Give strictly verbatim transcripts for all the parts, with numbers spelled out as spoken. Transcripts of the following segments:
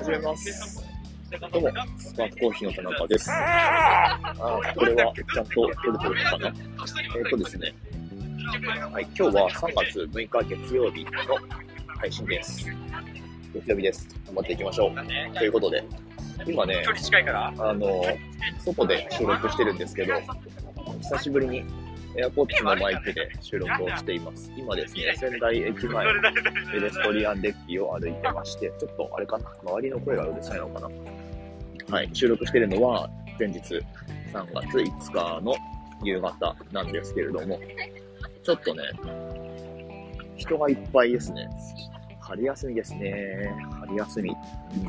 始めます。どうも、スパークコーヒーの田中です。あ、これはちゃんと撮れてるのかな。えっとですね、はい、今日はさんがつむいか月曜日の配信です。月曜日です。頑張っていきましょう。ということで、今ね、あの、外で収録してるんですけど、久しぶりにエアポッツのマイクで収録をしています。今ですね、仙台駅前、ペデストリアンデッキを歩いてまして、ちょっとあれかな、周りの声がうるさいのかな。はい、収録してるのは前日さんがついつかの夕方なんですけれども、ちょっとね、人がいっぱいですね。春休みですね。春休み。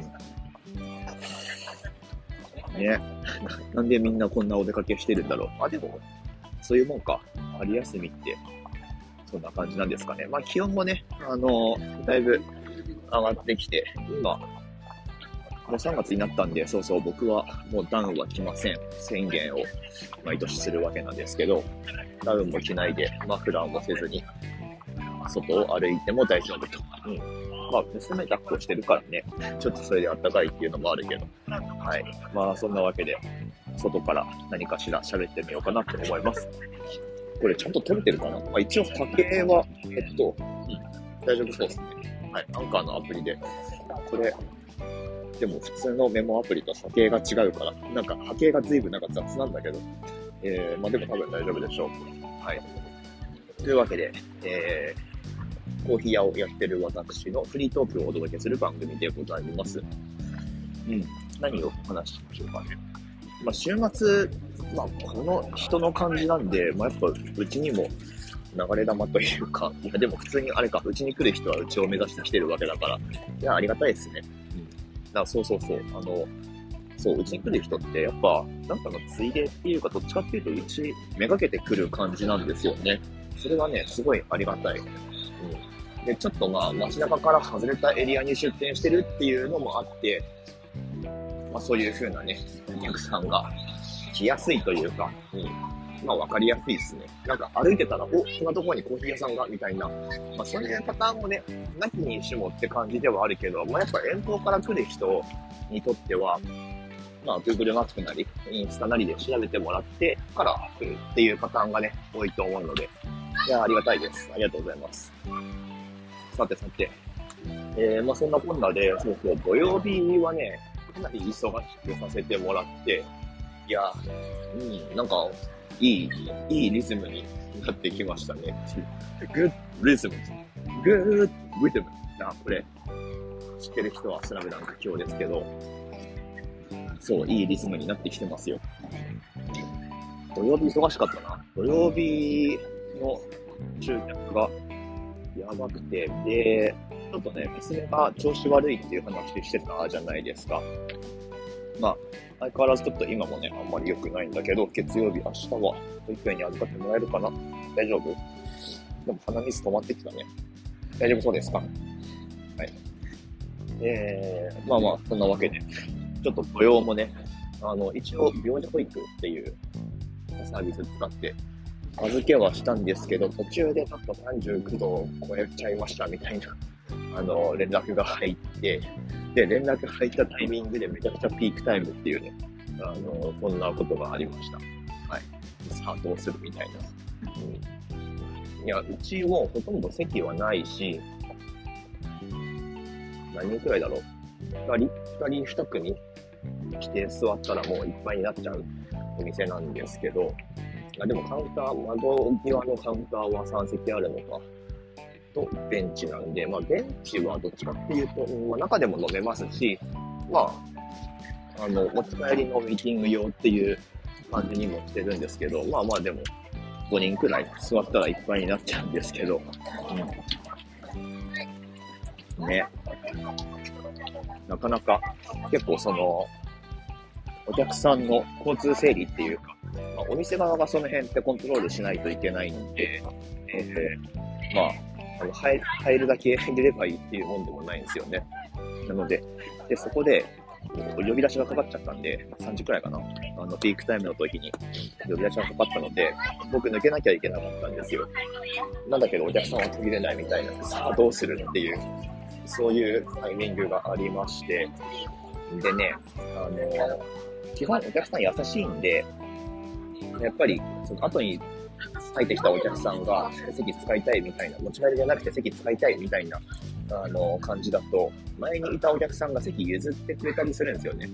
うん、ね。なんでみんなこんなお出かけしてるんだろう。あ、でも、そういうもんか。春休みって、そんな感じなんですかね。まあ気温もね、あのー、だいぶ上がってきて、今、もうさんがつになったんで、そうそう、僕はもうダウンは着ません。宣言を毎年するわけなんですけど、ダウンも着ないで、マフラーもせずに、外を歩いても大丈夫と。うん。まあ、娘抱っこしてるからね、ちょっとそれであったかいっていうのもあるけど、はい。まあ、そんなわけで、外から何かしら喋ってみようかなと思います。これちゃんと撮れてるかな。まあ、一応波形は、えっと、うん、大丈夫そうですね。はい。アンカーのアプリで、これ、でも普通のメモアプリと波形が違うから、なんか波形が随分なんか雑なんだけど、えー、まあでも多分大丈夫でしょう。はい。というわけで、えー、コーヒー屋をやってる私のフリートークをお届けする番組でございます。うん。何を話しましょうかね。まあ週末、まあこの人の感じなんで、まあやっぱうちにも流れ玉というか、いやでも普通にあれか、うちに来る人はうちを目指して来てるわけだから、いやありがたいですね。だそうそうそう、あの、そう、うちに来る人って、やっぱ、なんかのついでっていうか、どっちかっていうと、うち、めがけてくる感じなんですよね。それはね、すごいありがたい。うん。で、ちょっとまあ、街中から外れたエリアに出店してるっていうのもあって、まあ、そういう風なね、お客さんが来やすいというか、うん。まあ、わかりやすいですね。なんか歩いてたら、お、こんなところにコーヒー屋さんが、みたいな。まあ、そういうパターンもね、なきにしもって感じではあるけど、まあ、やっぱ遠方から来る人にとっては、まあ、Google マップなり、インスタなりで調べてもらってから来るっていうパターンがね、多いと思うので、いや、ありがたいです。ありがとうございます。さてさて、えー、まあ、そんなこんなで、そうそう、土曜日はね、かなり忙しくさせてもらって、いや、うん、なんか、いい、いいリズムになってきましたね。Good rhythm. Good rhythm. あ、これ、知ってる人はスラムダンク今日ですけど、そう、いいリズムになってきてますよ。土曜日忙しかったな。土曜日の集客がやばくて、で、ちょっとね、娘が調子悪いっていう話してたじゃないですか。まあ、相変わらずちょっと今もね、あんまり良くないんだけど、月曜日、明日は保育園に預かってもらえるかな？大丈夫？でも鼻水止まってきたね。大丈夫そうですか？はい。えー、まあまあ、そんなわけで、ちょっと土曜もね、あの、一応、病児保育っていうサービス使って、預けはしたんですけど、途中でちょっとさんじゅうきゅうどを超えちゃいましたみたいな、あの、連絡が入って、で、連絡入ったタイミングでめちゃくちゃピークタイムっていうね、あの、そんなことがありました。はい。さあ、どうするみたいな。うん、いや、うちもほとんど席はないし、何人くらいだろう。二人二人二組来て座ったらもういっぱいになっちゃうお店なんですけど、あでもカウンター、窓際のカウンターはさんせきあるのか。と、ベンチなんで、まあ、ベンチはどっちかっていうと、まあ、中でも飲めますし、まあ、あの、持ち帰りのミーティング用っていう感じにもしてるんですけど、まあまあでも、ごにんくらい座ったらいっぱいになっちゃうんですけど、うん、ね。なかなか、結構その、お客さんの交通整理っていうか、まあ、お店側がその辺ってコントロールしないといけないんで、えー、まあ、あの入、入るだけ入れればいいっていうもんでもないんですよね。なので、で、そこで、呼び出しがかかっちゃったんで、さんじくらいかな。あの、ピークタイムの時に呼び出しがかかったので、僕抜けなきゃいけなかったんですよ。なんだけどお客さんは途切れないみたいな、さあどうするっていうそういうタイミングがありまして、でね、あの、基本お客さん優しいんで、やっぱり、その後に入ってきたお客さんが席使いたいみたいな、持ち帰りじゃなくて席使いたいみたいな、あの、感じだと、前にいたお客さんが席譲ってくれたりするんですよね。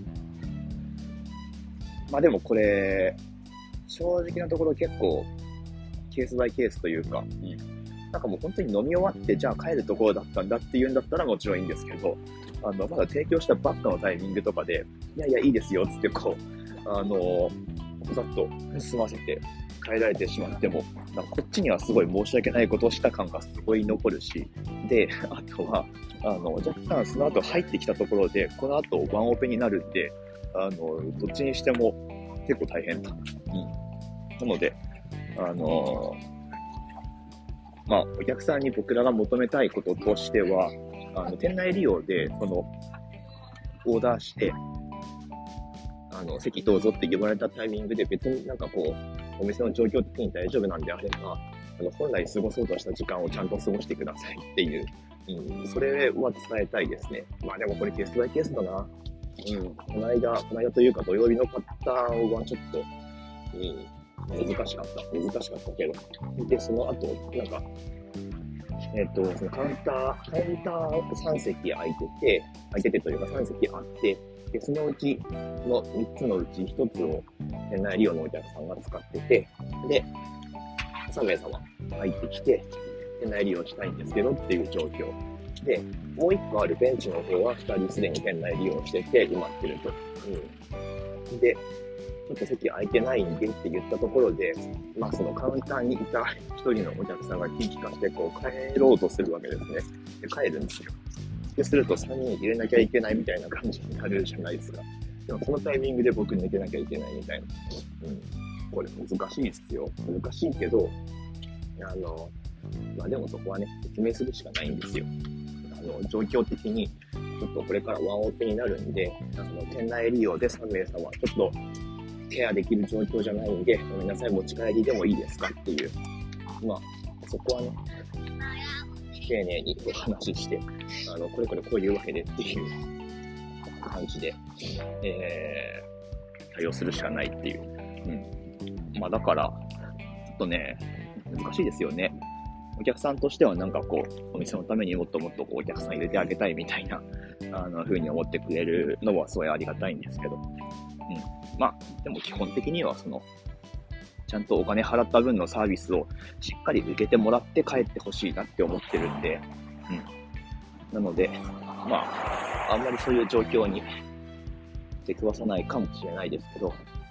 まあでもこれ、正直なところ結構、ケースバイケースというか、うん、なんかもう本当に飲み終わって、じゃあ帰るところだったんだっていうんだったらもちろんいいんですけど、あの、まだ提供したばっかのタイミングとかで、いやいやいいですよ、つってこう、あの、ざっと済ませて帰られてしまっても、なんかこっちにはすごい申し訳ないことをした感がすごい残るし、で、あとは、あの、お客さんその後入ってきたところで、この後ワンオペになるんで、あの、どっちにしても結構大変だ。うん。なので、あのー、まあ、お客さんに僕らが求めたいこととしては、あの、店内利用で、その、オーダーして、あの、席どうぞって言われたタイミングで別になんかこう、お店の状況的に大丈夫なんであれば、あの、本来過ごそうとした時間をちゃんと過ごしてくださいっていう、うん、それは伝えたいですね。まあでもこれケースバイケースだな。うん、この間、この間というか土曜日のパターンはちょっと、うん、難しかった。難しかったけど。で、その後、なんか、えっと、そのカウンター、カウンターさん席空いてて、空いててというかさん席あって、で、そのうちのみっつのうちひとつを店内利用のお客さんが使ってて、で、さんめいさま入ってきて、店内利用したいんですけどっていう状況。で、もういっこあるベンチの方はふたりすでに店内利用してて埋まってると。うん。で、ちょっと席空いてないんでって言ったところで、まあそのカウンターにいた一人のお客さんが気利かしてこう帰ろうとするわけですね。で、帰るんですよ。で、するとさんにん入れなきゃいけないみたいな感じになるじゃないですか。でもそのタイミングで僕抜けなきゃいけないみたいな。うん。これ難しいですよ。難しいけど、あの、まあでもそこはね、説明するしかないんですよ。あの、状況的に、ちょっとこれからワンオペになるんで、あの、店内利用でさんめいさま、ちょっとケアできる状況じゃないんで、ごめんなさい、持ち帰りでもいいですかっていう。まあ、そこはね、丁寧にお話しして、あの、これこれこういうわけでっていう感じで、えー、対応するしかないっていう。うん。まあだから、ちょっとね、難しいですよね。お客さんとしてはなんかこう、お店のためにもっともっとこうお客さん入れてあげたいみたいな、あの、風に思ってくれるのはすごいありがたいんですけど。うん。まあ、でも基本的にはその、ちゃんとお金払った分のサービスをしっかり受けてもらって帰ってほしいなって思ってるんで、うん。なので、まあ、あんまりそういう状況に出くわさないかもしれないですけど、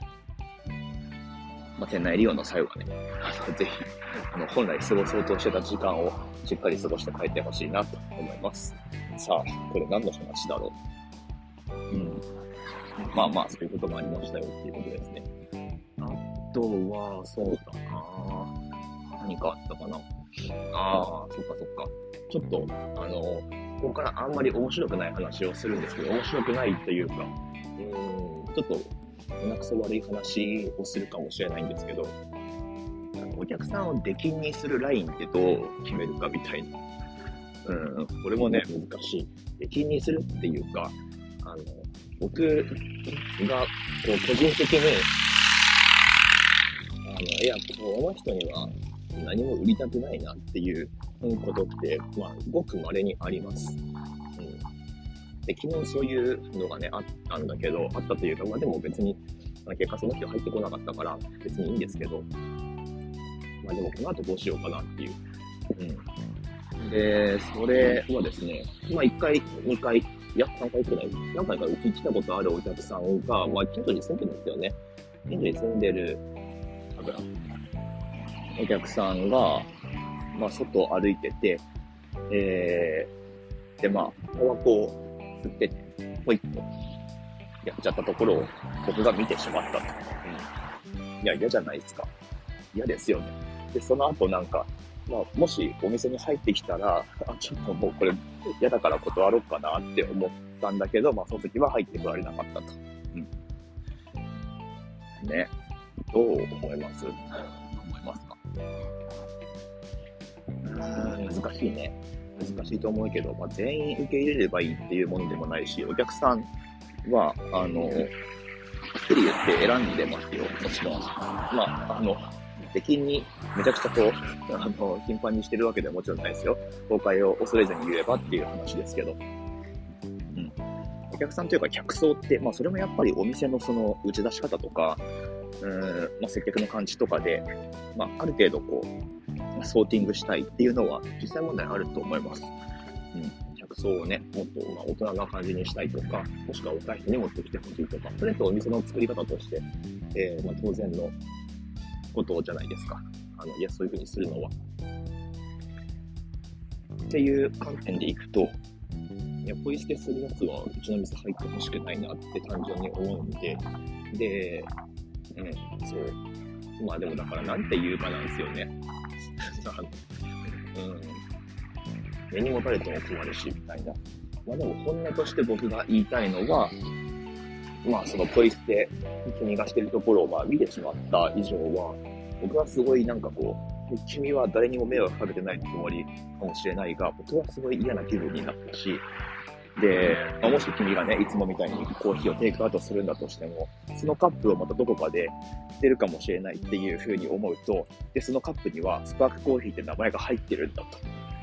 まあ、店内利用の際はね、ぜひ、あの、本来過ごそうとしてた時間をしっかり過ごして帰ってほしいなと思います。さあ、これ何の話だろう。うん。まあまあ、そういうこともありましたよっていうことですね。あとは、そうだな何かあったかなああ、そっかそっか。ちょっと、あの、ここからあんまり面白くない話をするんですけど、面白くないというか、うーん、ちょっと、胸くそ悪い話をするかもしれないんですけど、お客さんを出禁にするラインってどう決めるかみたいな。うん、これもね、難しい。出禁にするっていうか、あの、僕が、こう、個人的に、あの、いや、この人には何も売りたくないなっていうことって、まあ、ごく稀にあります。うん。で、昨日そういうのがね、あったんだけど、あったというか、まあでも別に、まあ、結果その人入ってこなかったから、別にいいんですけど、まあでもこの後どうしようかなっていう。うん。で、それはですね、まあいっかい、にかい、いや、さんかいくらい、何回かうち来たことあるお客さんが、まあ近所に住んでるんですよね。近所に住んでる、多分、お客さんが、まあ外を歩いてて、えー、で、まあ、タバコを吸ってて、ポイッとやっちゃったところを僕が見てしまったと。うん。いや、嫌じゃないですか。嫌ですよね。で、その後なんか、まあ、もしお店に入ってきたら、あ、ちょっともうこれ嫌だから断ろうかなって思ったんだけど、まあその時は入ってこられなかったと。うん。ね。どう思います？思いますか？うーん、難しいね。 難しいと思うけど、まあ、全員受け入れればいいっていうものでもないし、お客さんは、あの、はっきり言って選んでますよ、もちろん。まあ、あの、出禁にめちゃくちゃこう、あの、頻繁にしてるわけではもちろんないですよ。公開を恐れずに言えばっていう話ですけど。うん。お客さんというか客層って、まあそれもやっぱりお店のその打ち出し方とか、うーん、まあ接客の感じとかで、まあある程度こう、ソーティングしたいっていうのは実際問題あると思います。うん。客層をね、もっとまあ大人な感じにしたいとか、もしくは若い人に持ってきてほしいとか、それとお店の作り方として、えー、まあ当然のことじゃないですか。あの、いや、そういう風にするのは。っていう観点でいくと、いや、ポイ捨てするやつはうちの店入ってほしくないなって単純に思うんで、で、うん、そう。まあでもだからなんて言うかなんですよね。うん。根に持たれても困るし、みたいな。まあでも本音として僕が言いたいのは、まあそのポイ捨て、君がしてるところをまあ見てしまった以上は、僕はすごいなんかこう、君は誰にも迷惑かけてないつもりかもしれないが、僕はすごい嫌な気分になったし、で、まあ、もし君がね、いつもみたいにコーヒーをテイクアウトするんだとしても、そのカップをまたどこかで捨てるかもしれないっていう風に思うと、で、そのカップにはスパークコーヒーって名前が入ってるんだと。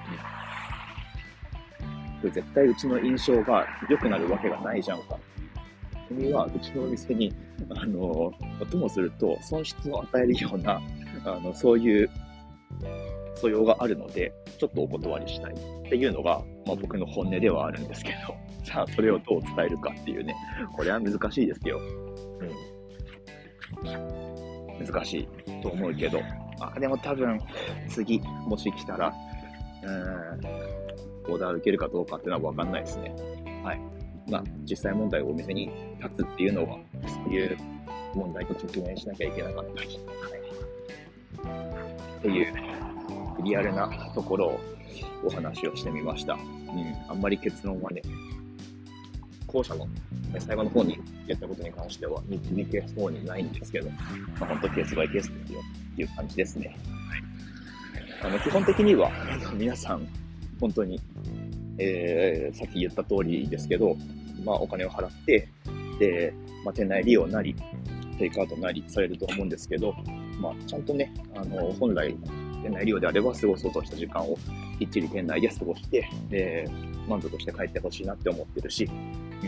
うん、絶対うちの印象が良くなるわけがないじゃんか。君はうちのお店に、あの、ともすると損失を与えるような、あの、そういう素養があるので、ちょっとお断りしたいっていうのが、まあ僕の本音ではあるんですけど、さあ、それをどう伝えるかっていうね、これは難しいですよ。うん。難しいと思うけど、あ、でも多分、次、もし来たら、うーん、オーダー受けるかどうかっていうのはわかんないですね。はい。まあ、実際問題をお店に立つっていうのは、そういう問題と直面しなきゃいけなかったり、はい、っていう、リアルなところをお話をしてみました。うん。あんまり結論はね、後者の最後の方にやったことに関しては導けそうにないんですけど、まあ、本当ケースバイケースですよっていう感じですね。はい。あの、基本的には、皆さん、本当に、えー、さっき言った通りですけど、まあお金を払って、で、まあ店内利用なり、テイクアウトなりされると思うんですけど、まあちゃんとね、あの、本来、店内利用であれば過ごそうとした時間をきっちり店内で過ごして、えー、満足して帰ってほしいなって思ってるし、うん。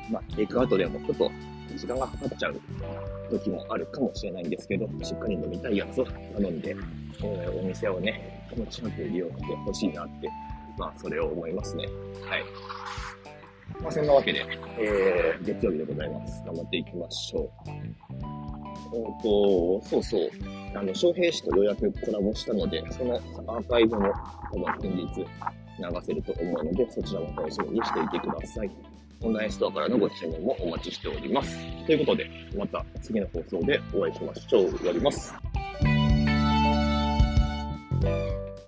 まあテイクアウトでもちょっと時間がかかっちゃう時もあるかもしれないんですけど、しっかり飲みたいやつを頼んで、えー、お店をね、気持ちよく利用してほしいなって、まあそれを思いますね。はい。まあそんなわけで、えー、月曜日でございます。頑張っていきましょう。えっと、そうそう。あの、翔平氏とようやくコラボしたので、そのアーカイブも多分近日流せると思うので、そちらも楽しみにしていてください。オンラインストアからのご注文もお待ちしております。ということで、また次の放送でお会いしましょう。終わります。